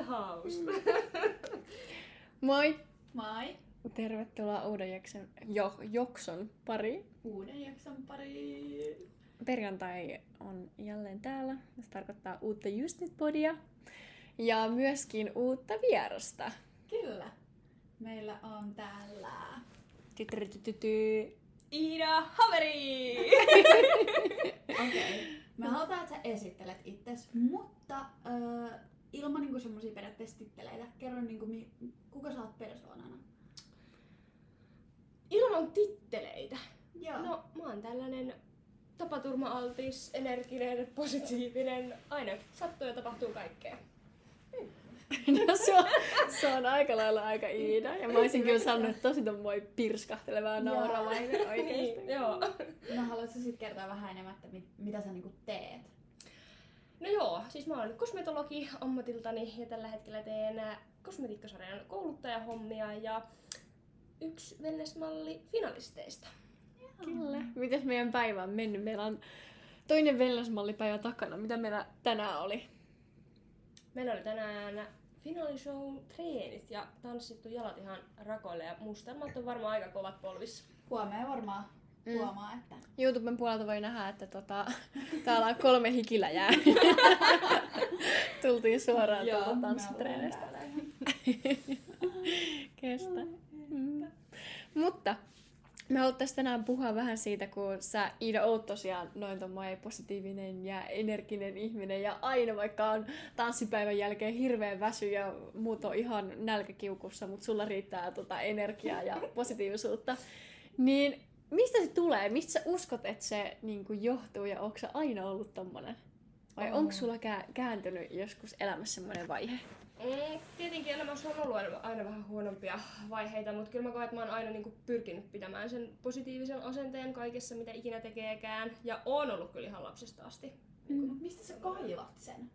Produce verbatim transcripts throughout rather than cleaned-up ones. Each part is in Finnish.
house. Moi! Moi! Tervetuloa uuden jakson, jo, jokson pariin. Uuden jakson pariin. Perjantai on jälleen täällä. Se tarkoittaa uutta Just Nyt-podia. Ja myöskin uutta vierasta. Kyllä. Meillä on täällä... Tytytytyty. Iida Haveri! Okei. Okay. Me halutaan, että sä esittelet itses, mutta äh, ilman niinku semmosia periaatteessa titteleitä. Kerro niinku, mi- kuka sä oot persoonana. Ilman titteleitä. Joo. No, mä oon tällainen tapaturma-altis, energinen, positiivinen. Aina sattuu ja tapahtuu kaikkea. No se on, se on aika lailla aika Iida. Ja mä olisin kyllä sanonut tosi tommoi pirskahtelevaa nauravainen oikeesti. Niin, joo. No haluatko sit kertoa vähän enemmän, että mit, mitä sä niinku teet? No joo, siis mä oon kosmetologi ammatiltani ja tällä hetkellä teen kosmetiikkasarjan kouluttajahommia ja yksi wellness-malli finalisteista. Kyllä. Mites meidän päivä on mennyt? Meillä on toinen wellness-mallipäivä takana. Mitä meillä tänään oli? Meillä oli tänään finaalishow treenit ja tanssittu jalat ihan rakoille ja mustelmat on varmaan aika kovat polvissa. Huomenna varmaan Mm. huomaa, että... YouTuben puolelta voi nähdä, että tota, täällä on kolme hikiläjää. Tultiin suoraan tuolta tanssitreenistä. Kestä. Mm. Mutta me haluttais tänään puhua vähän siitä, kun sä Iida oot tosiaan noin tommoinen positiivinen ja energinen ihminen ja aina vaikka on tanssipäivän jälkeen hirveän väsy ja muut on ihan nälkäkiukussa, mutta sulla riittää tota energiaa ja positiivisuutta. Niin mistä se tulee? Mistä sä uskot, että se niinku johtuu ja onko sä aina ollut tommonen? Vai Oh. onko sulla kää- kääntynyt joskus elämässä semmoinen vaihe? Mm, tietenkin elämässä on ollut aina, aina vähän huonompia vaiheita, mutta kyllä mä koen, että mä oon aina niinku pyrkinyt pitämään sen positiivisen asenteen kaikessa, mitä ikinä tekeekään. Ja oon ollut kyllä ihan lapsesta asti. Mut mistä sä kaivat sen?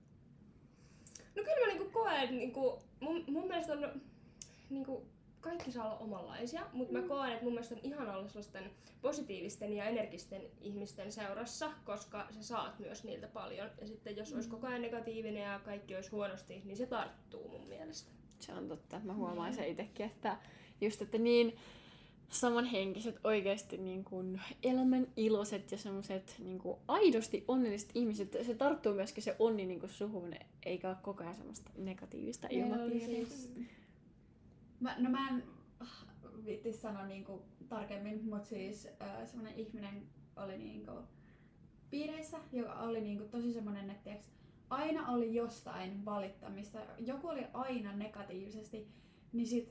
No kyllä mä niinku koen, niinku, mun, mun mielestä on, niinku, kaikki saa olla omanlaisia, mutta mä koen, että mun mielestä on ihana olla sellaisten positiivisten ja energisten ihmisten seurassa, koska sä saat myös niiltä paljon. Ja sitten jos olisi koko ajan negatiivinen ja kaikki olisi huonosti, niin se tarttuu mun mielestä. Se on totta. Mä huomaan sen itsekin, että just, että niin samanhenkiset oikeasti niin kuin elämän iloiset ja semmoiset niin kuin aidosti onnelliset ihmiset, se tarttuu myöskin se onni niin kuin suhun, eikä ole koko ajan semmoista negatiivista ilmapiiriä. Siis... Mä, no mä en ah, viittis sanoa niinku tarkemmin, mutta siis äh, semmonen ihminen oli niinku piireissä, joka oli niinku tosi semmonen, että tiiäks, aina oli jostain valittamista, joku oli aina negatiivisesti, niin sit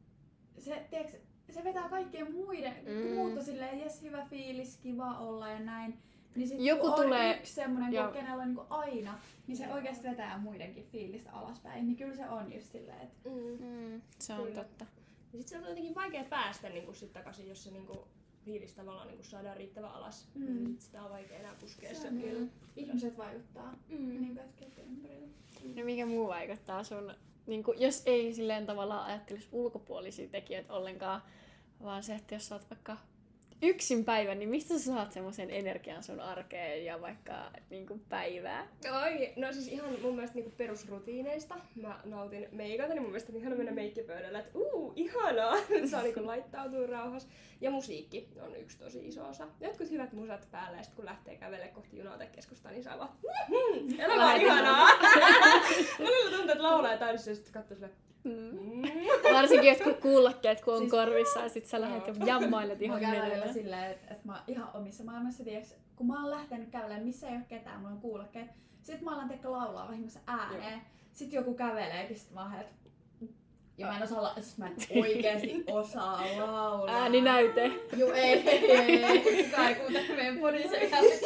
se, tiiäks, se vetää kaikkien muiden, mm. kun muut on silleen, jes hyvä fiilis, kiva olla ja näin. Niin sit Joku kun on tulee- yksi semmonen, Joo. kun kenellä on niinku aina, niin se oikeesti vetää muidenkin fiilistä alaspäin. Niin kyllä se on just silleen, että Mm. Mm, se on Kyllä. totta. Ja sit se on jotenkin vaikea päästä niinku sit takaisin, jos se niinku fiilis tavallaan niinku saadaan riittävän alas. Mm. Niin sit sitä on vaikea enää puskea Se se on vielä. kyllä. Ihmiset vaikuttaa Mm. niin kaikkein ympärillä. No mikä muu vaikuttaa sun, niin kuin, jos ei silleen tavallaan ajattelisi ulkopuolisia tekijöitä ollenkaan, vaan se, että jos sä oot vaikka yksin päivän, niin mistä sä saat semmoisen energian sun arkeen ja vaikka niin kuin päivää? Oi, no siis ihan mun mielestä niinku perusrutiineista. Mä nautin meikata, niin mun mielestä on ihana mennä meikkipöydällä, että uu, ihanaa! Saa niinku laittautua rauhassa. Ja musiikki on yksi tosi iso osa. Jotkut hyvät musat päällä ja sit kun lähtee kävelemään kohti junaa tai keskustaa, niin saa vaan mm, elämä on ihanaa! Välillä tuntuu, että laulaa ja tanssia ja sit katsoo silleen Mm. mm. Varsinkin jotkut kuulokkeet, kun on Siis- korvissa ja sit sä lähdet ja jammailet Mä ihan käyn välillä menemään. silleen, että et mä oon ihan omissa maailmassa, tiiäks, kun mä oon lähtenyt kävelemään, missä ei oo ketään, mulla on kuulokkeet. Sit mä alan teikö laulaa vahingossa ääneen. Sit joku käveleekin, sit mä oon että ja mä en osaa, la- siis mä en oikeesti osaa laulaa. Ääninäyte. Juu, ei, ei, ei. Kukaan ei kuuntele meidän podin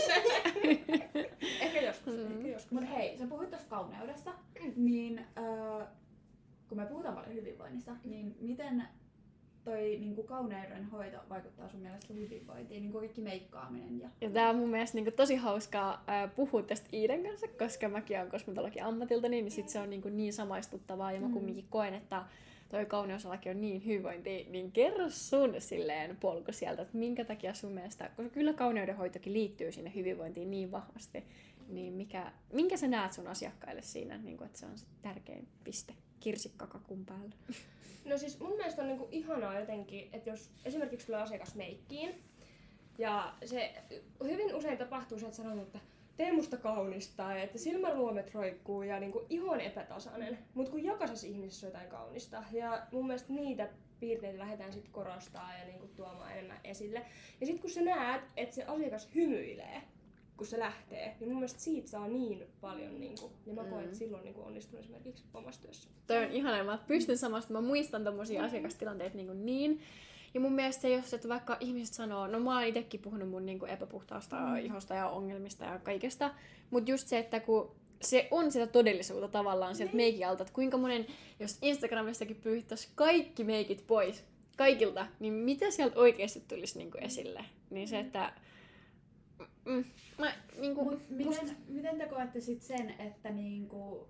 Ehkä joskus, Mm. ehkä joskus. Mut hei, sä puhuit tosta kauneudesta, niin äh, kun me puhutaan paljon hyvinvoinnista, niin miten toi niin kauneuden hoito vaikuttaa sun mielestä sun hyvinvointiin, niin kaikki meikkaaminen ja... Ja tää on mun mielestä niinku tosi hauskaa ää, puhua tästä Iiden kanssa, koska mäkin olen kosmetologi ammatiltani, niin sit se on niinku niin samaistuttavaa ja mä Mm. kumminkin koen, että toi kauneusalakin on niin hyvinvointi, niin kerro sun silleen polku sieltä, että minkä takia sun mielestä, koska kyllä kauneudenhoitokin liittyy sinne hyvinvointiin niin vahvasti, Niin mikä, minkä sä näet sun asiakkaille siinä, niin kuin, että se on se tärkein piste kirsikkakakun päällä? No siis mun mielestä on niinku ihanaa jotenkin, että jos esimerkiksi tulee asiakas meikkiin, ja se hyvin usein tapahtuu se, että sanotaan, että tee musta kaunista, ja että silmäluomet roikkuu ja niinku ihon epätasainen. Mutta kun jokaisessa ihmisessä on jotain kaunista, ja mun mielestä niitä piirteitä lähdetään sitten korostaa ja niinku tuomaan enemmän esille. Ja sitten kun sä näet, että se asiakas hymyilee, kun se lähtee, niin mun mielestä siitä saa niin paljon, niinku, ja mä koen, Mm. että silloin niinku onnistunut esimerkiksi omassa työssä. Toi on ihana, mä pystyn samasta, mä muistan tommosia Mm. asiakastilanteita niin, niin. Ja mun mielestä se, jos että vaikka ihmiset sanoo, no mä oon itekin puhunut mun niin kuin epäpuhtaasta Mm. ihosta ja ongelmista ja kaikesta, mutta just se, että kun se on sitä todellisuutta tavallaan sieltä Niin. meikin alta, että kuinka monen, jos Instagramistakin pyyhittäisi kaikki meikit pois, kaikilta, niin mitä sieltä oikeasti tulisi niin kuin esille? Niin se, että mm, mä, niin kuin, Mut miten, miten te koette sit sen, että niinku,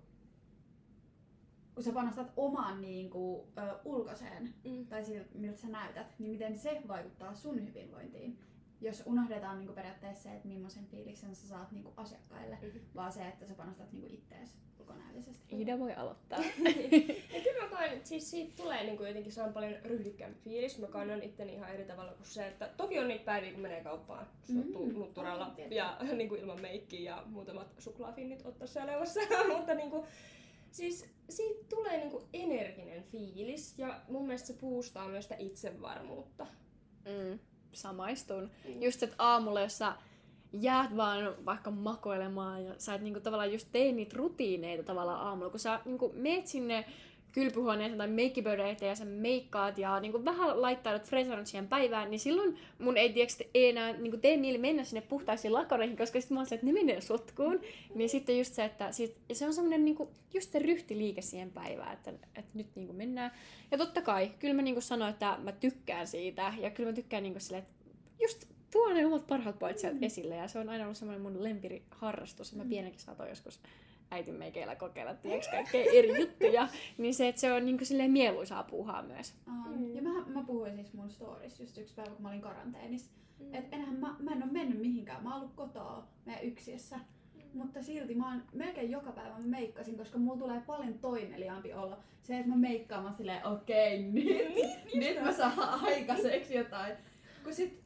kun sä panostat omaan niinku, ö, ulkoiseen Mm. tai siltä, miltä sä näytät, niin miten se vaikuttaa sun hyvinvointiin? Jos unohdetaan niinku periaatteessa se, että millaisen fiiliksen sä saat niinku asiakkaille, Mhm. vaan se, että sä panostat niinku ittees ulkonäöllisesti. Ida voi aloittaa. Ja kyllä mä koen, että siis siitä tulee niinku jotenkin saan paljon ryhdikkäämpi fiilis. Mä kannan itteni ihan eri tavalla kuin se, että toki on niitä päiviä, kun menee kauppaan Mm. mm. nutturalla Aivan, tietysti. ja niinku ilman meikkiä ja muutamat suklaafinnit ottaa selvässä. Mutta niinku, siis siitä tulee niinku energinen fiilis ja mun mielestä se boostaa myös sitä itsevarmuutta. Mm, samaistun. Mm. Just, että aamulla, jos sä jäät vaan vaikka makoilemaan ja sä et niinku tavallaan just tee niitä rutiineita tavallaan aamulla, kun sä niinku meet sinne kylpyhuoneeseen tai meikkipöydän eteen ja sä meikkaat ja niinku vähän laittaudut fresaanut siihen päivään, niin silloin mun ei, tiiäks, ei enää niinku tee mieli mennä sinne puhtaisiin lakareihin, koska sit mä oon se, että ne menee sotkuun. Niin sitten just se, että sit, se on semmonen niinku, just se ryhtiliike siihen päivään, että, että nyt niinku mennään. Ja totta kai, kyllä mä niinku sanoin, että mä tykkään siitä ja kyllä mä tykkään niinku silleen, että just tuo ne omat parhaat puolet sieltä esille ja se on aina ollut semmoinen mun lempiriharrastus, että mä pienenkin saatoin joskus äitin meikeillä kokeilla, tiiäks, kaikkea eri juttuja, niin se, että se on niinku silleen mieluisaa puuhaa myös. Um, Mm. Ja mä, mä puhuin siis mun stories just yksi päivä, kun mä olin karanteenissa. Mm. Et enhän mä, mä en oo mennyt mihinkään. Mä oon ollut kotoa meidän yksiössä. Mutta silti mä oon melkein joka päivä mä meikkasin, koska mulla tulee paljon toimeliaampi olo. Se, että mä meikkaan, mä oon silleen, okei, nyt, nyt mä saan aikaiseksi jotain. Kun sit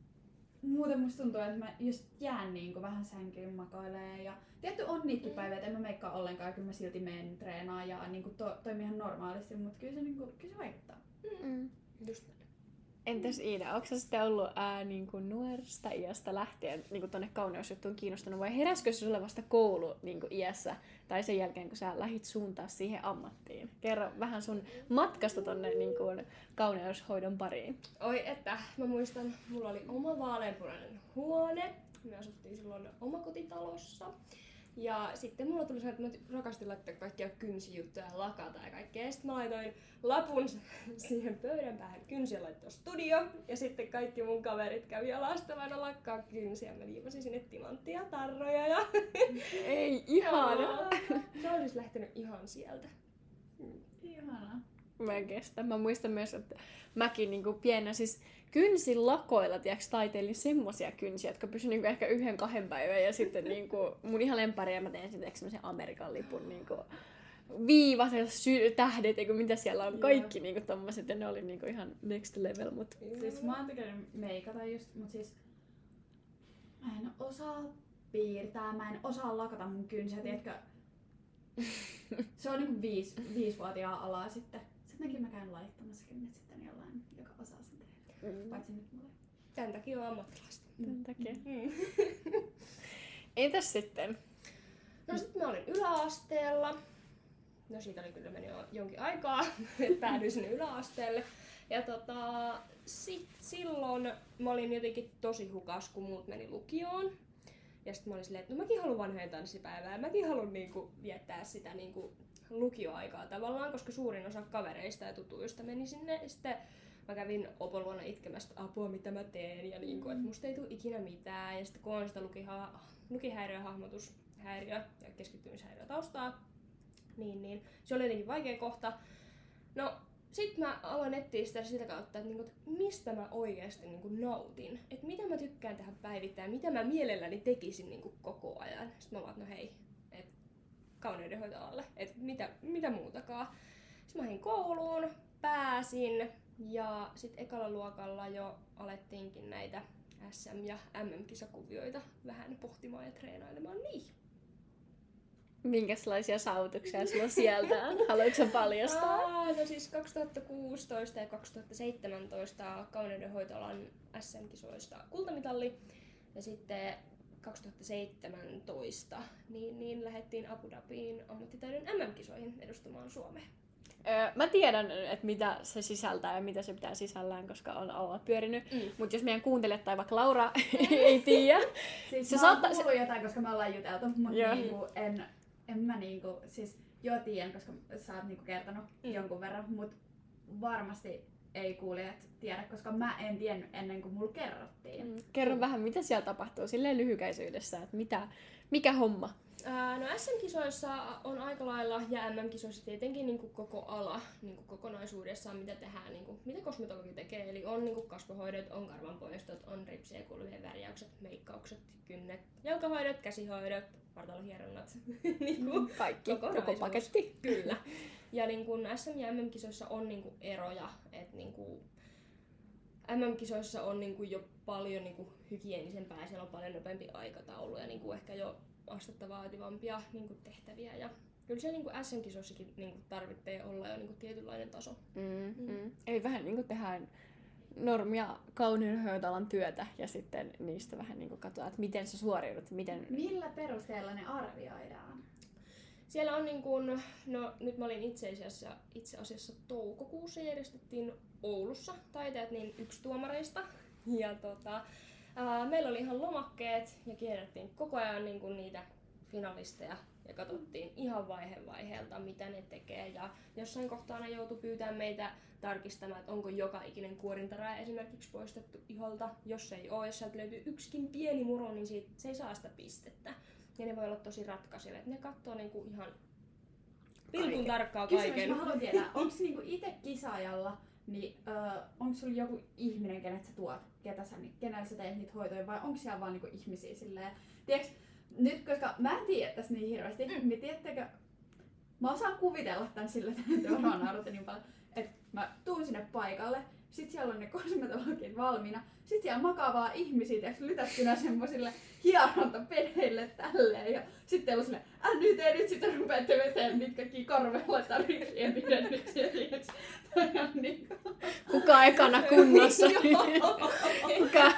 muuten musta tuntuu, että mä just jään niinku vähän sänkyyn makoilee. Ja tietty on niitäkin päiviä, että en mä meikkaa ollenkaan, kyllä mä silti menen treenaan ja niinku to, toimii ihan normaalisti, mutta kyllä se, niinku, kyllä se vaikuttaa. Mm. Just näin. Entäs Iida, onko sä sitten ollut ää, niin kuin nuoresta iästä lähtien niin kuin tonne kauneusjuttuun kiinnostunut vai heräskö se sulle vasta koulu niin kuin iässä tai sen jälkeen kun sä lähit suuntaa siihen ammattiin? Kerro vähän sun matkasta tonne niin kuin kauneushoidon pariin. Oi, että mä muistan, mulla oli oma vaaleanpunainen huone. Me asuttiin silloin omakotitalossa. Ja sitten mulla tuli sellainen, että mä rakastin laittaa kaikkia kynsijuttuja ja lakata ja kaikkea. Ja sitten mä laitoin lapun siihen pöydän päähän kynsiä laittaa studio. Ja sitten kaikki mun kaverit kävi alastavana lakkaa kynsiä. Mä liimasin sinne timanttia, tarroja ja... Ei, ihana! Se on siis lähtenyt ihan sieltä. Ihanaa. Mä en kestä. Mä muistan myös, että mäkin niin kuin pienenä siis kynsin lakoilla, tiiäks, taiteilin semmosia kynsiä, jotka pysyi niin kuin ehkä yhden, kahden päivän ja sitten niin kuin, mun ihan lempari ja mä tein sitten semmoisen Amerikan lipun niin kuin, viivat ja sy- tähdet, eikö mitä siellä on, kaikki niin kuin tommoset ja ne oli niin kuin ihan next level, mut Siis mä oon tekenyt meikata just, mut siis mä en osaa piirtää, mä en osaa lakata mun kynsiä, tiedätkö? Se on niinku viis, viisivuotiaan alaa sitten. Sen takia mä käyn laittamassa kynnet sitten jollain, joka osaa sen tehdä. mm, Paitsi nyt mulle. Tän takia on ammattilaista. tämän takia. Mm. Entäs sitten? No sitten mä olin yläasteella. No siitä oli kyllä mennyt jo jonkin aikaa, että päädyin sinne yläasteelle. Ja tota, sit silloin mä olin jotenkin tosi hukas, kun muut meni lukioon. Ja sitten mä olin silleen, että no mäkin haluan vanhojen tanssipäivää ja mäkin haluan niinku viettää sitä niinku lukioaikaa tavallaan, koska suurin osa kavereista ja tutuista meni sinne. Ja sitten mä kävin Opon luona itkemästä apua, mitä mä teen ja niinku, että musta ei tule ikinä mitään. Ja sitten kun on sitä lukiha- lukihäiriö, hahmotushäiriö ja keskittymishäiriö taustaa, niin, niin se oli jotenkin vaikea kohta. No sit mä aloin etsiä sitä sitä kautta, että, niinku, että mistä mä oikeasti niinku nautin. Että mitä mä tykkään tehdä päivittäin, mitä mä mielelläni tekisin niinku koko ajan. Sitten mä vaan, no hei, että kauneudenhoitoalalle, että mitä, mitä muutakaan. Sitten mä hain kouluun, pääsin ja sitten ekalla luokalla jo alettiinkin näitä S M- ja M M-kisakuvioita vähän pohtimaan ja treenailemaan niin. Minkälaisia saavutuksia sulla sieltä on? Haluatko sä paljastaa? Aa, no siis kaksituhattakuusitoista ja kaksituhattaseitsemäntoista kauneudenhoitoalan S M-kisoista kultamitalli. Ja sitten kaksituhattaseitsemäntoista niin, niin lähdettiin Abu Dhabiin ammattitaidon M M-kisoihin edustamaan Suomea. Öö, mä tiedän, että mitä se sisältää ja mitä se pitää sisällään, koska on alla pyörinyt. Mm. Mutta jos meidän kuuntelijat tai vaikka Laura ei tiedä... Siis se mä saattaa... oon kuullut jotain, koska me ollaan juteltu, mutta niinku en, en mä niinku... Siis joo tiedän, koska sä oot niinku kertonut mm. jonkun verran, mutta varmasti ei kuulijat tiedä, koska mä en tiennyt ennen kuin mulla kerrottiin. Mm. Kerro mm. vähän, mitä siellä tapahtuu silleen lyhykäisyydessä, että mitä, mikä homma? Ää, no S M-kisoissa on aika lailla ja M M-kisoissa tietenkin niin kuin koko ala niin kuin kokonaisuudessaan, mitä tehdään, niin kuin, mitä kosmetologi tekee. Eli on niin kuin kasvohoidot, on karvanpoistot, on ripsien ja kulmien värjäykset, meikkaukset, kynnet, jalkahoidot, käsihoidot, vartalohieronnat. niin kuin kaikki, koko paketti. Kyllä. Ja niin kuin S M- ja M M-kisoissa on niin kuin eroja. Et niin kuin M M-kisoissa on niin kuin jo paljon niin kuin hygienisempää ja siellä on paljon nopeampi aikataulu ja niin kuin ehkä jo astetta vaativampia niin kuin tehtäviä. Ja kyllä siellä niin kuin S M-kisoissakin niin kuin tarvitsee olla jo niin kuin tietynlainen taso. Mm, mm. Eli vähän niin kuin tehdään normia kauneudenhoitoalan työtä ja sitten niistä vähän niin kuin katsotaan, että miten sä suoriudut. Miten... Millä perusteella ne arvioidaan? Siellä on niin kuin, no nyt mä olin itse asiassa, itse asiassa toukokuussa järjestettiin Oulussa taiteet niin yksi tuomareista. Ja tota, ää, meillä oli ihan lomakkeet ja kierrettiin koko ajan niin kuin niitä finalisteja ja katsottiin ihan vaihe vaiheelta mitä ne tekee. Ja jossain kohtaa ne joutui pyytämään meitä tarkistamaan, että onko joka ikinen kuorintarää esimerkiksi poistettu iholta. Jos ei ole, jos sieltä löytyy yksikin pieni muru, niin siitä, se ei saa sitä pistettä. Ja ne voi olla tosi ratkaisevia. Ne katsoo niinku ihan pilkun tarkkaa kaiken. Kysymys, mä haluan tietää, onko niinku itse kisaajalla, niin uh, onko sulla joku ihminen, kenet sä tuot, ketä sä, kenellä sä teet niitä hoitoja, vai onko siellä vaan niinku ihmisiä silleen? Tiedätkö, nyt koska mä en tiedä tästä niin hirveästi, mm. niin tiedättekö, mä osaan kuvitella tän sillä, että varmaan naurutte niin paljon, että mä tuun sinne paikalle, sit siellä on ne kosmetologit valmiina, sit siellä makaa vaan ihmisiä, tiiäks, lytättynä semmosille hierontapedeille tälleen, ja sitten on silleen, äh nyt ei nyt sitä rupeatte veteen mitkäkin korvella tai riksien pidennyksiä, tiiäks, toi on niinku... Kuka ekana kunnossa? Kuka?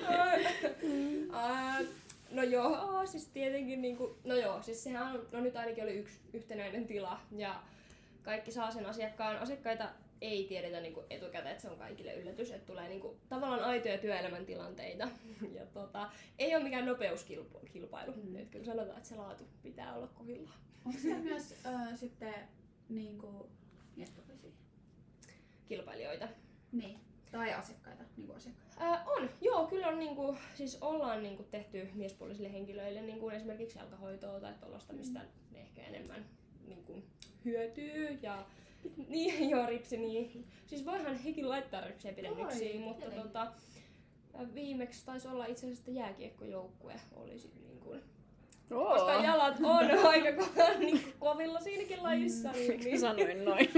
No joo, siis tietenkin niinku, no joo, siis sehän on, no nyt ainakin oli yksi yhtenäinen tila, ja kaikki saa sen asiakkaan, asiakkaita ei tiedetä niinku etukäteen, että se on kaikille yllätys, että tulee niinku tavallaan aitoja työelämän tilanteita. Ja tota, ei ole mikään nopeuskilpailu. Mm. Nyt kyllä sanotaan, että se laatu pitää olla kohdillaan. Onko siellä myös äh, sitten niinku miespuolisia kilpailijoita? Niin. Tai asiakkaita, niinku asiakkaita. Ää, on, joo, kyllä on niinku, siis ollaan niinku tehty miespuolisille henkilöille niinku esimerkiksi jalkahoitoa tai tollaista, mistä mm. ne ehkä enemmän niinku hyötyy ja niin, joo, ripsi, niin. Siis voihan hekin laittaa ripsiä pidennyksiin, mutta tota, viimeksi taisi olla itse asiassa jääkiekkojoukkue oli sit niin kuin, Oo. koska jalat on aika ko- niin kuin kovilla siinäkin lajissa. Miksi niin. sanoin noin?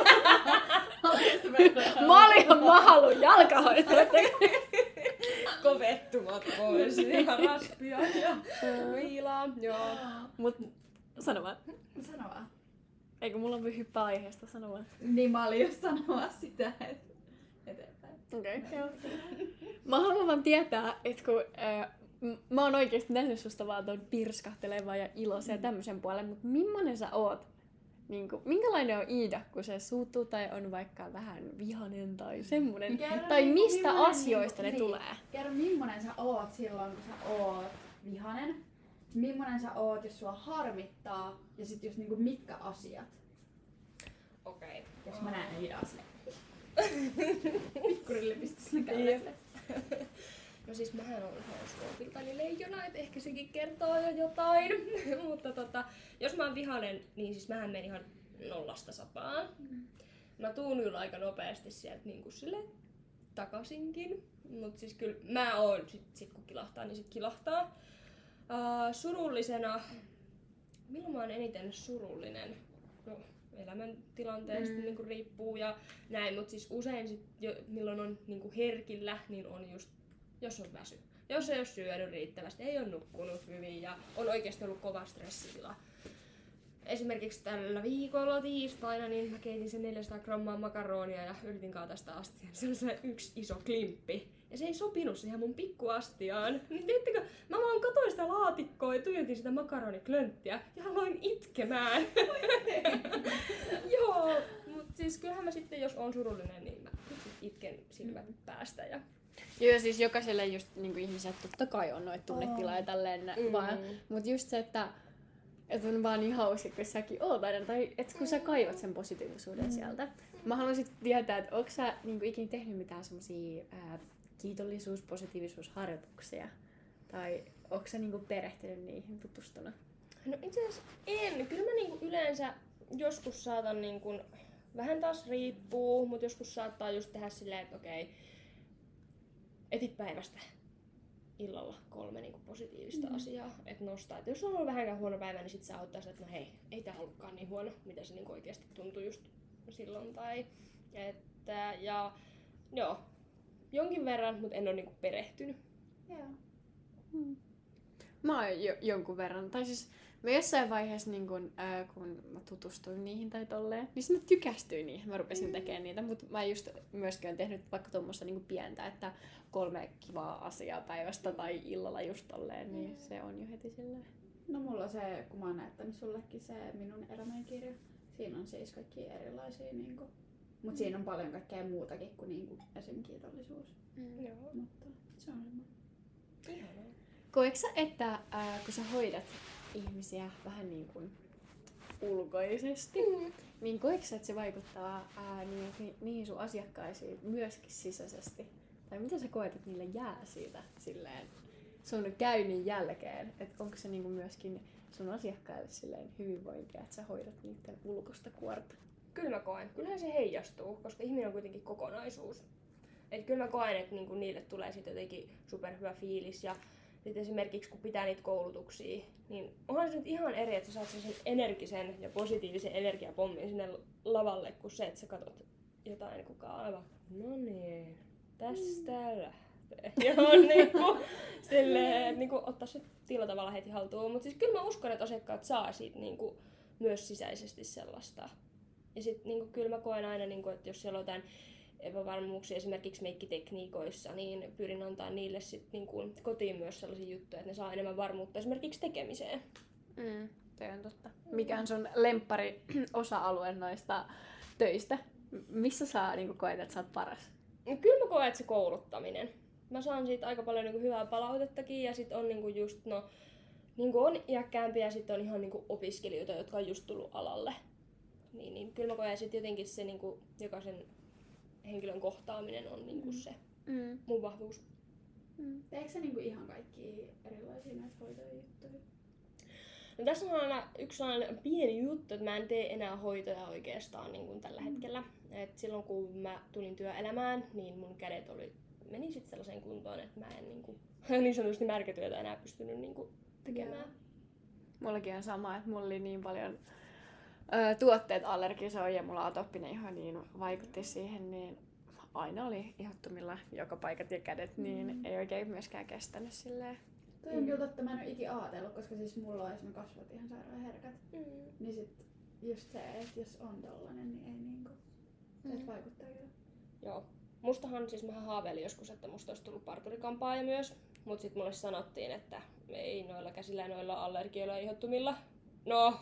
Mä olin ihan mä haluun jalkahoitoa. Kovettumat pois, ihan raspia ja viilaa, joo. Mut sano vaan. Sano vaan. Eikö mulla voi hyppää aiheesta sanoa? Niin mä olin just sanoa sitä, että eteenpäin. Okei, okay, joo. Mä haluan vaan tietää, että kun äh, m- mä oon oikeesti nähnyt susta vaan tuon pirskahtelevaa ja iloisen ja tämmösen puolen, mutta millainen sä oot? Niin kuin, minkälainen on Iida, kun se suuttuu tai on vaikka vähän vihainen tai semmonen? Kerro tai niinku, mistä asioista niinku, ne niin. tulee? Kerro millainen sä oot silloin, kun sä oot vihanen. Millainen sä oot, jos sua harmittaa ja sit just niinku mitkä asiat. Okei. Okay. Jos mä näen Iidaa silleen. Pikkurille pistä sinne käydä. No siis mähän on horoskoopiltani leijona, et ehkä sekin kertoo jo jotain. Mutta tota, jos mä oon vihainen, niin siis mähän menen ihan nollasta sapaan. Mm. mä tuun kyllä aika nopeasti sieltä niinku sille takaisinkin. Mut siis kyllä mä oon, sit, sit kun kilahtaa, niin sit kilahtaa. Uh, surullisena, milloin mä oon eniten surullinen? No, elämäntilanteesta mm. niinku riippuu ja näin, mut siis usein sit, jo, milloin on niinku herkillä, niin on just, jos on väsy. Jos ei ole syönyt riittävästi, ei ole nukkunut hyvin ja on oikeasti ollut kova stressitila. Esimerkiksi tällä viikolla tiistaina niin mä keitin sen neljäsataa grammaa makaronia ja yritin kaataa sitä astiaan. Se oli se yksi iso klimppi. Ja se ei sopinut siihen mun pikkuastiaan. Niin tiedättekö, mä vaan katsoin sitä laatikkoa ja tuijotin sitä makaroniklönttiä ja aloin itkemään. Joo, mut siis kyllähän mä sitten, jos on surullinen, niin mä itken silmät päästä. Ja Joo, siis jokaiselle just niinku ihmiselle totta kai on noita tunnetiloja ja tälleen, mm. vaan, mut just se, että et on vaan niin hauska, kun säkin oot aina, tai et kun sä kaivat sen positiivisuuden mm. sieltä. Mä haluaisin tietää, että onko sä niinku ikinä tehnyt mitään semmosia ää, kiitollisuus-, positiivisuusharjoituksia? Tai onko sä niinku perehtynyt niihin, tutustunut? No itse asiassa en. Kyllä mä niinku yleensä joskus saatan, niinku, vähän taas riippuu, mutta joskus saattaa just tehdä silleen, että okei, etit päivästä illalla kolme niinku positiivista mm. asiaa, että nostaa. Et jos on ollut vähänkään huono päivä, niin sit sä auttaa sitä, että no hei, ei tää ollutkaan niin huono, mitä se niinku oikeasti tuntui just silloin. Tai, että, ja joo, jonkin verran, mutta en ole niinku perehtynyt. Joo. Hmm. Mä oon jo, jonkun verran, tai siis mä jossain vaiheessa, niin kun, ää, kun mä tutustuin niihin tai tolleen, niin sit mä tykästyin niihin, mä rupesin mm. tekemään niitä, mutta mä just myöskin oon tehnyt vaikka tuommoista niin pientä, että kolme kivaa asiaa päivästä tai illalla just tolleen, niin mm. se on jo heti silleen. No mulla se, kun mä oon näyttänyt sullekin se minun elämänkirja, siinä on siis kaikki erilaisia, niin kuin, mutta mm. siinä on paljon kaikkea muutakin kuin, niin kuin esim. Kiitollisuus. Mm. Joo. Mutta se on semmoinen. Ihanaa. Koetko sä, että ää, kun sä hoidat ihmisiä vähän niin kuin ulkoisesti, mm. niin koetko sä, että se vaikuttaa ää, niin, niihin sun asiakkaisiin myöskin sisäisesti? Tai mitä sä koet, että niille jää siitä silleen sun käynnin jälkeen? Että onko se niin kuin myöskin sun asiakkaille silleen hyvinvointia, että sä hoidat niiden ulkoista kuorta? Kyllä mä koen. Kyllähän se heijastuu, koska ihminen on kuitenkin kokonaisuus. Et kyllä mä koen, että niinku niille tulee sit jotenkin superhyvä fiilis. Ja sit esimerkiksi kun pitää niitä koulutuksia, niin onhan se nyt ihan eri, että sä saat sen energisen ja positiivisen energiapommin sinne lavalle, kuin se, että sä katot jotain kukaan aivan, no niin, tästä lähtee. Joo, niinku, silleen, niinku, ottaa se tila tavalla heti haltuun. Mutta siis kyllä mä uskon, että asiakkaat saa siitä niinku, myös sisäisesti sellaista. Ja sit niinku, kyllä mä koen aina, niinku, että jos siellä on jotain epävarmuuksia esimerkiksi meikkitekniikoissa, niin pyrin antaa niille sit niinku kotiin myös sellaisia juttuja, että ne saa enemmän varmuutta esimerkiksi tekemiseen. Mm, se on totta. Mikä on sun lemppari osa-alue noista töistä? Missä sä niinku koet, että sä oot paras? No, kyllä mä koen, että se kouluttaminen. Mä saan siitä aika paljon niinku hyvää palautettakin ja sit on niinku just no, niinku on iäkkäämpiä ja sit on ihan niinku opiskelijoita, jotka on just tullut alalle. Niin, niin kyllä mä koen sit jotenkin se niinku jokaisen henkilön kohtaaminen on niinku mm. se mm. mun vahvuus. Mm. Teekö sä niinku ihan kaikki erilaisia näitä hoitoja juttuja? No, tässä on aina yksi sellainen pieni juttu, että mä en tee enää hoitoja oikeastaan niin kuin tällä mm. hetkellä. Et silloin kun mä tulin työelämään, niin mun kädet oli, meni sit sellaiseen kuntoon, että mä en niin, kuin, niin sanotusti märkätyötä enää pystynyt niin kuin tekemään. Yeah. Mullakin on sama, että mulla oli niin paljon ö, tuotteet allergisoi ja mulla atooppinen iho niin vaikutti siihen, niin aina oli ihottumilla joka paikat ja kädet, niin mm. ei oikein myöskään kestänyt silleen. Toi on kyllä totta, mä en oo ikinä ajatellut, koska siis mulla on esimerkiksi kasvot ihan sairaan herkät. Mm. Niin sit just se, että jos on tollanen, niin ei niinku, se mm. vaikuttaa kyllä. Joo. Mustahan siis mä haaveilin joskus, että musta olisi tullut parturikampaaja myös. Mut sit mulle sanottiin, että ei noilla käsillä, noilla allergioilla ja ihottumilla. No,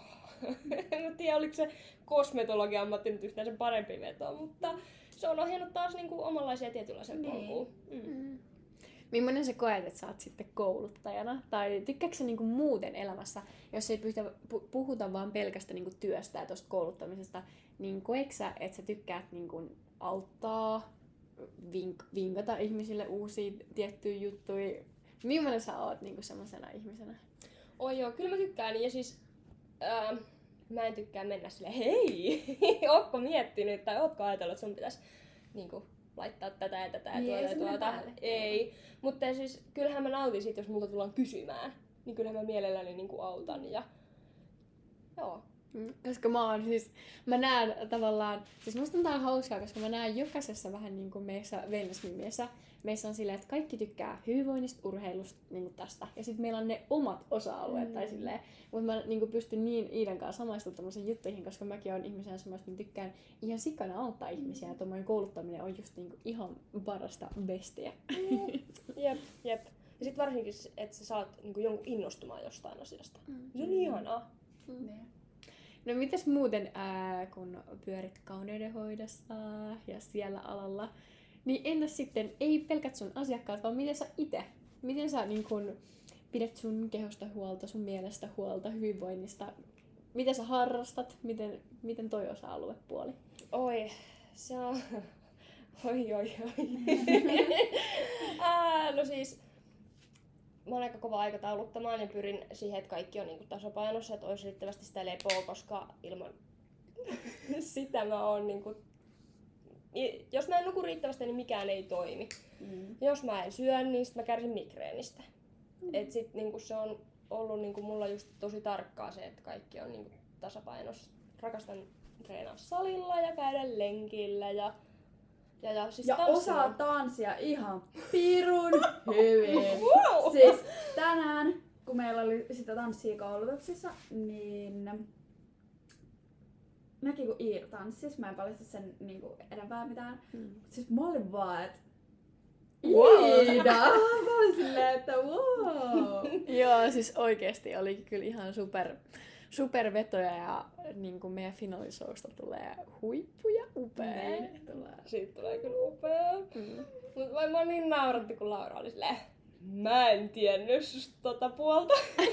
en tiedä oliko se kosmetologian ammatti nyt yhtään sen parempi veto, mutta se on ohjannut taas niinku omanlaisia tietynlaisen niin. polkuun. Mm. Mm. Millainen sä koet, että sä oot sitten kouluttajana? Tai tykkääkö sä niinku muuten elämässä, jos ei puhuta, puhuta vaan pelkästä niinku työstä ja tosta kouluttamisesta, niin koetko sä, että sä tykkäät niinku auttaa, vink, vinkata ihmisille uusia tiettyjä juttuja? Millainen sä oot niinku semmosena ihmisenä? Oi joo, kyllä mä tykkään. Ja siis, ää, Mä en tykkää mennä silleen, hei, ootko miettinyt tai ootko ajatellut, että sun pitäisi niinku, laittaa tätä ja tätä ja Niin, tuota ei ja se mene tuota. päälle. Ei. Mutta siis kyllähän mä nautin siitä, jos multa tullaan kysymään. Niin kyllähän mä mielelläni niinku autan ja joo. Mm, Koska mä oon siis, mä näen tavallaan, siis musta on tää hauskaa, koska mä näen jokaisessa vähän niinku meissä wellness-mimiessä, meissä on silleen, että kaikki tykkää hyvinvoinnista, urheilusta, niinku tästä. Ja sitten meillä on ne omat osa-alueet mm. tai silleen. Mutta mä niinku pystyn niin Iidan kanssa samaistumaan tämmöisiin juttuihin, koska mäkin oon ihmisenä semmoista, että tykkään ihan sikana auttaa ihmisiä. Ja tommoinen kouluttaminen on just niinku ihan parasta bestiä. Mm. Jep, jep. Ja sit varsinkin, että sä saat niinku jonkun innostumaan jostain asiasta. Mm. Se on niin ihanaa. Mm. Niin. No mitäs muuten, ää, kun pyörit kauneudenhoidossa ja siellä alalla, niin entäs sitten, ei pelkät sun asiakkaat, vaan miten sä itse? Miten sä niin kun, pidät sun kehosta huolta, sun mielestä huolta, hyvinvoinnista? Miten sä harrastat? Miten, miten toi osa-aluepuoli? Oi, se on... Oi, oi, oi. Ää, no siis, mä oon aika kova aikatauluttamaan ja pyrin siihen, että kaikki on niinku tasapainossa, että olisi riittävästi sitä lepoa, koska ilman sitä mä oon niinku... Jos mä en nuku riittävästi, niin mikään ei toimi. Mm. Jos mä en syö, niin sit mä kärsin migreenistä. Mm. Et sit niinku se on ollut niinku mulla just tosi tarkkaa se, että kaikki on niinku tasapainossa. Rakastan treenaa salilla ja käydä lenkillä ja ja, ja, siis Ja tanssia. osaa tanssia ihan pirun hyvin. Wow! Siis tänään, kun meillä oli sitä tanssia koulutuksissa, niin mäkin kun Iida tanssis, mä en paljasta sen niinku enempää mitään. Mm. Siis mä olin vaan, että Wow. Iida! Mä olin silleen, että wow! Joo, siis oikeesti oli kyllä ihan super, supervetoja ja niin kuin meidän finaalishowsta tulee huippuja upea. Niin. Tulee. Siitä tulee kyllä upea. Mm. Mut vai mä niin nauratti, kun Laura oli silleen, mä en tiennyt susta tota puolta.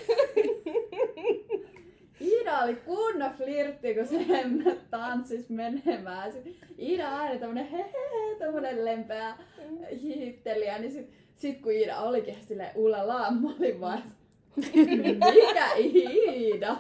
Iida oli kunnon flirtti, kun se hemmät tanssis menemään. Iida on aina tämmönen hehehe, tämmönen lempeä hihittelijä. Niin sit, sit kun Iida olikin silleen ulalaa, mä olin vaan, mikä Iida?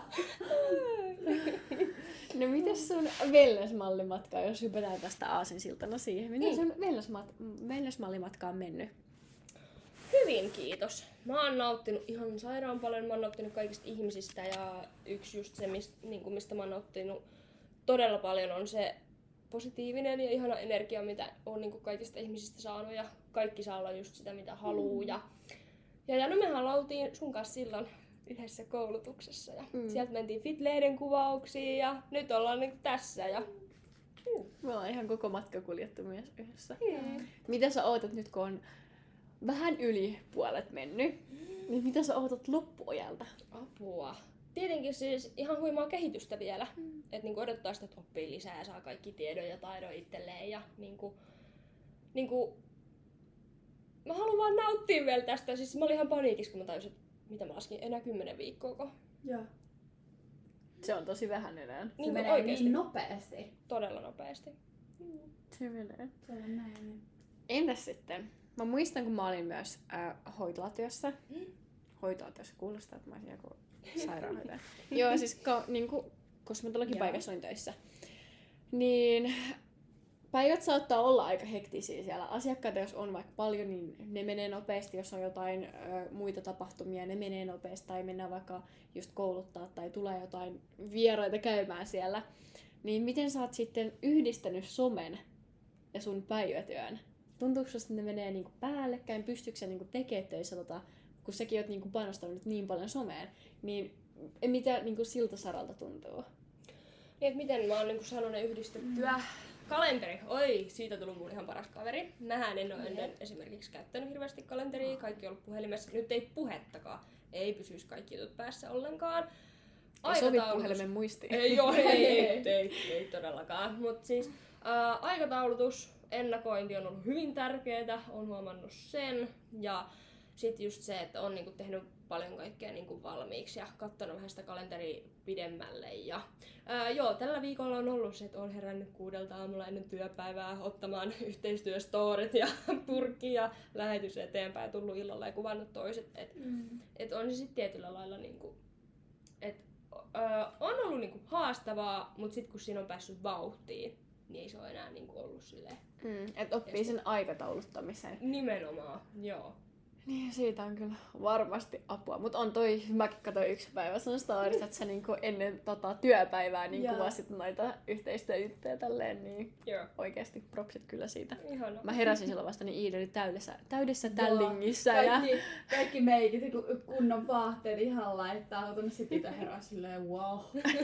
No mites sun wellness-mallimatka, jos hypätään tästä aasinsiltana siihen? Miten Niin. sun wellness-mat- wellness-mallimatka on mennyt? Hyvin, kiitos. Mä oon nauttinut ihan sairaan paljon. Mä oon nauttinut kaikista ihmisistä ja yksi just se, mistä, niin kuin mistä mä oon nauttinut todella paljon on se positiivinen ja ihana energia, mitä oon niin kuin kaikista ihmisistä saanut ja kaikki saa olla just sitä, mitä haluu. Mm. Ja, ja, ja no mehän oltiin sun kanssa silloin yhdessä koulutuksessa ja mm. sieltä mentiin Fit-lehden kuvauksiin ja nyt ollaan niin kuin tässä. Ja... Mm. Me ollaan ihan koko matka kuljettu myös yhdessä. Mm. Mitä sä ootat nyt, kun on vähän yli puolet mennyt? Niin mitä sä ootat loppuajalta? Apua. Tietenkin siis ihan huimaa kehitystä vielä. Mm. Että niinku odottaa sitä, että oppii lisää ja saa kaikki tiedon ja taidon itselleen. Ja niinku, niinku, mä haluan vaan nauttia vielä tästä. Siis mä olin ihan paniikissa, kun mä tajusin, että mitä mä laskin, enää kymmenen viikkoako. Joo. Se on tosi vähän enää. Se Niinku menee oikeesti. niin nopeasti. Todella nopeasti. Se menee. Se on näin. Niin. Entäs sitten? Mä muistan, kun mä olin myös äh, hoitolatyössä. Mm. Hoitolatyössä kuulostaa, että mä olisin joku sairaanhoitaja. Joo, siis ko, niinku, kosmetologipaikassa olin töissä. Niin päivät saattaa olla aika hektisiä siellä. Asiakkaita, jos on vaikka paljon, niin ne menee nopeasti. Jos on jotain ö, muita tapahtumia, ne menee nopeasti. Tai mennään vaikka just kouluttaa tai tulee jotain vieraita käymään siellä. Niin miten sä oot sitten yhdistänyt somen ja sun päivätyön? Tuntuuko susta, että ne menee niinku päällekkäin? Pystyykö sä niinku tekemään töissä, tota, kun säkin oot niinku panostanut niin paljon someen? Niin mitä niinku siltä saralta tuntuu? Niin, että miten mä oon niinku saanut ne yhdistettyä. Mm. Kalenteri, oi, siitä tuli mun ihan paras kaveri. Mähän en ole ennen esimerkiksi käyttänyt hirveästi kalenteria, kaikki on ollut puhelimessa. Nyt ei puhettakaan, ei pysyisi kaikki jutut päässä ollenkaan. Sovi puhelimen muistiin. Ei oo, ei, ei, ei, ei todellakaan. Mut siis ää, aikataulutus, ennakointi on ollut hyvin tärkeää, on huomannut sen. Ja sit just se, että on niinku tehnyt paljon kaikkea niinku valmiiksi ja katsonut vähän sitä kalenteria pidemmälle. Ja, ää, joo, tällä viikolla on ollut se, että olen herännyt kuudelta aamulla ennen työpäivää ottamaan yhteistyöstorit ja purkki ja lähetys eteenpäin, tullut illalla ja kuvannut toiset. Et, Mm. et on se sitten tietyllä lailla, niinku, että ö, on ollut niinku haastavaa, mutta sitten kun siinä on päässyt vauhtiin, niin ei se ole enää niinku ollut silleen. Mm, et oppii sen aikatauluttamisen. Nimenomaan, joo. Niin, siitä on kyllä varmasti apua. Mutta on toi, mäkin katsoin yksi päivä sun storista, että sä niinku ennen tota, työpäivää niin kuvasit noita yhteistyöjuttuja tälleen, niin Joo. oikeesti propsit kyllä siitä. Ihana. Mä heräsin silloin vasta, niin Iida oli täydessä, täydessä tällingissä. Kaikki, Ja... kaikki meikit ja kunnon vaatteet ihan laittautunut. Sitten itse heräsi silleen wow.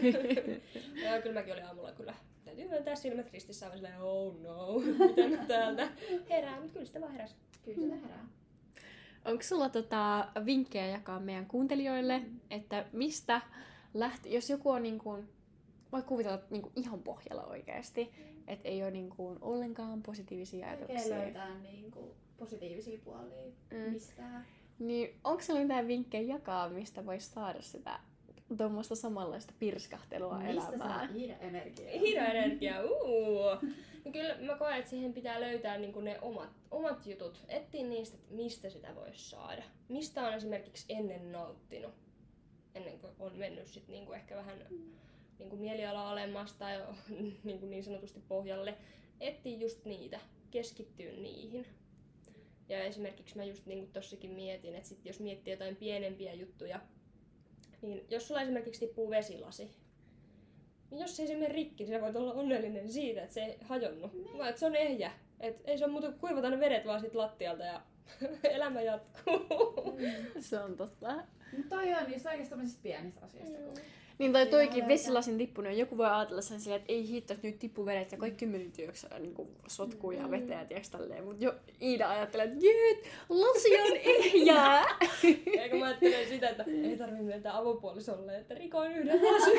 Ja kyllä mäkin olin aamulla kyllä. Täytyy myöntää silmät ristissä aivan silleen, oh no, miten mä täältä herään, mutta kyllä sitä vaan heräsi. Kyllä sitä herää. Onko sulla tota, vinkkejä jakaa meidän kuuntelijoille, mm. että mistä lähti, jos joku on niin kuin, voi kuvitella että niin kuin ihan pohjalla oikeasti, mm. että ei ole niin kuin ollenkaan positiivisia ajatuksia. Oikein löytää niin kuin positiivisia puolia mm. mistään. Niin onko sulla mitään vinkkejä jakaa, mistä voisi saada sitä tuommoista samanlaista pirskahtelua mistä elämään? Mistä saa hiida-energiaa? Hiida-energiaa, uuu! No kyllä mä koen, että siihen pitää löytää niinku ne omat, omat jutut. Etsiä niistä, että mistä sitä voisi saada. Mistä on esimerkiksi ennen nauttinut. Ennen kuin on mennyt sit niinku ehkä vähän niinku mieliala alemmas tai niinku niin sanotusti pohjalle. Etsiä just niitä. Keskittyä niihin. Ja esimerkiksi mä just niinku tossakin mietin, että sit jos miettii jotain pienempiä juttuja, niin jos sulla esimerkiksi tippuu vesilasi, niin jos ei se mene rikki, niin sä voit olla onnellinen siitä, että se ei hajonnut. Ne. Vaan että se on ehjä. Et ei se ole muuta kuin kuivata ne vedet vaan sit lattialta ja elämä jatkuu. Mm. Se on totta. Mutta toi on niistä oikeasti tämmöisistä pienistä asioista. Mm. Niin tai toikin vesilasin tippunut, joku voi ajatella sen silleen, että ei hitto, nyt tippu vedet ja kaikki kymmenen työksi niin sotkuu ja veteen, tiiäks tälleen. Mut jo Iida ajattelee, että jyt, lasi on ehjää! Eikä mä ajattelen sitä, että ei tarvii myöntää avopuolisolle, että rikoin yhden lasin.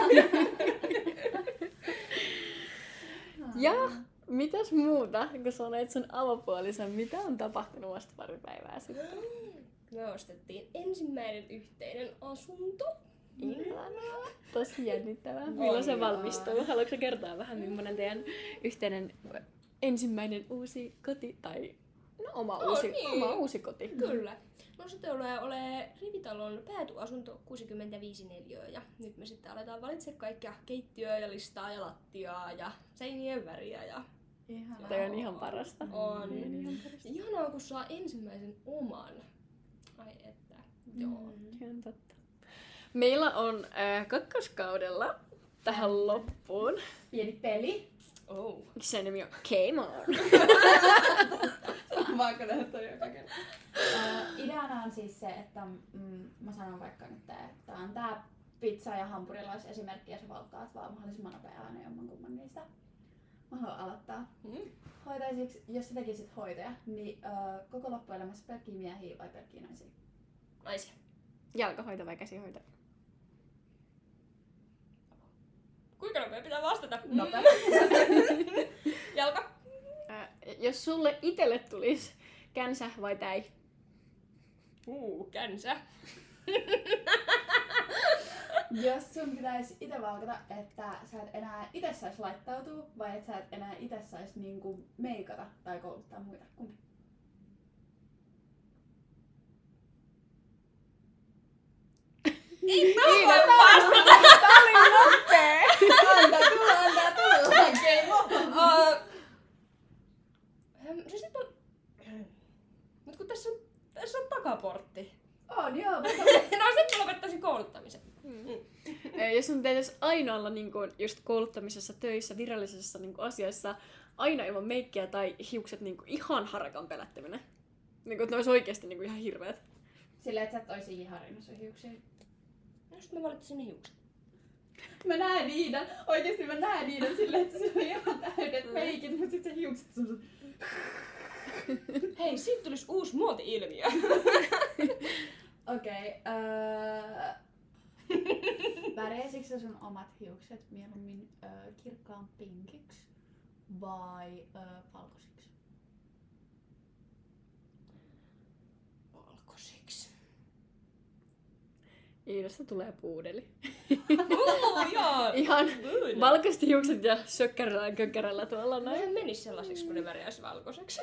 Ja mitäs muuta, kun sanoit sun avopuolison, mitä on tapahtunut vasta pari päivää sitten? Me ostettiin ensimmäinen yhteinen asunto. Ihanaa. Tosi jännittävää. Milloin se valmistuu? Haluatko kertoa vähän, millainen teidän yhteinen ensimmäinen uusi koti tai no, oma, no, uusi, niin. oma uusi koti? Kyllä. No se tulee ole rivitalon päätyasunto kuusikymmentäviisi neliötä ja nyt me sitten aletaan valitsemaan kaikkia keittiöä ja listaa ja lattiaa ja seinien väriä ja Ihanaa. Toi on ihan parasta. On. Mm. Ihan parasta. Ihanaa, kun saa ensimmäisen oman. Ai että, joo. Mm. Ihan totta. Meillä on äh, kakkoskaudella tähän loppuun. Pieni peli. Oh. Sen nimi on Game On. Vaikka tästä on joka kerta. Uh, ideana on siis se, että mm, mä sanon vaikka nyt, että on tää pizza- ja hampurilaisesimerkki ja sä valkkaat vaan mahdollisimman nopeaa aina jommankumman niistä. Mä haluan aloittaa. Mm. Hoitaisiksi, jos sä tekisit hoitoja, niin uh, koko loppuelämässä pelkkiä miehiä vai pelkkiä naisia? Naisia. Jalkahoito vai käsihoito? Kuinka nopea pitää vastata? Nopea. Jalka. Äh, jos sulle itelle tulisi känsä vai täi? Uu, känsä. Jos sun pitäisi itse valkata, että sä et enää itse sais laittautua vai et sä et enää itse sais niinku meikata tai kouluttaa muita, kumpi? Ei mä voi vastata! Tää oli nopee! Antaa tulla, antaa tulla! Game on! Uh, se sit on... Mut kun tässä on, tässä on takaportti. On joo, mutta... No sit mä lopettaisin kouluttamisen. Mm. Jos sun täytyisi aina olla niin kun, just kouluttamisessa, töissä, virallisessa niin kun, asiassa, aina ilman meikkiä tai hiukset niin kun, ihan harakan pelättäminen. Niin kun, että ne olisi oikeasti niin kun, ihan hirveät. Silleen, että sä et ois ikinä harjannut sun hiuksia. No sit mä valitsin ne hiukset. Mä näen Iidan, oikeesti mä näen Iidan silleen, että se on ihan täydet meikit, mutta sit se hiukset on Hei, siitä tulisi uusi muoti-ilmiö. Okei, öö... väreisikö sä sun omat hiukset mieluummin öö, kirkkaan pinkiksi vai öö, valkoisiksi? Valkoisiksi. Iidasta tulee puudeli. Oh, joo. Ihan valkoiset hiukset ja sökkärillä ja kökkärällä tuolla noin. Eihän menisi sellaiseksi, kun ne värjäisi valkoiseksi.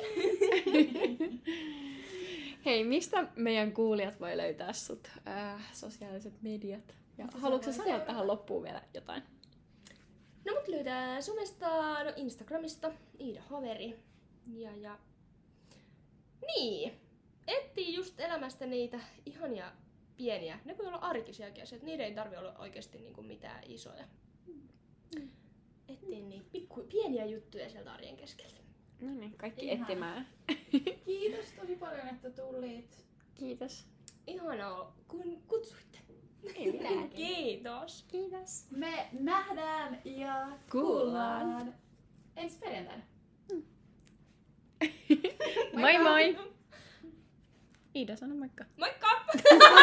Hei, mistä meidän kuulijat voi löytää sut? Äh, sosiaaliset mediat Ja Mutta haluatko sä se voi sanoa seurata. tähän loppuun vielä jotain? No mut löytää somesta, no Instagramista, Iida Haveri. Ja ja... Niin. Etsii just elämästä niitä ihania pieniä. Ne voi olla arkisiakin asioita. Niiden ei tarvi olla oikeesti niinku mitään isoja. Etsii niitä pikku, pieniä juttuja sieltä arjen keskeltä. No niin, kaikki Ihana. etsimään. Kiitos tosi paljon, että tulit. Kiitos. Ihanaa, kun kutsuitte. Ei mitään. Kiitos. Kiitos. Me nähdään ja Kuullaan. kuullaan ensi perjantaina. Moi moi! Iida, sano moikka. Moikka!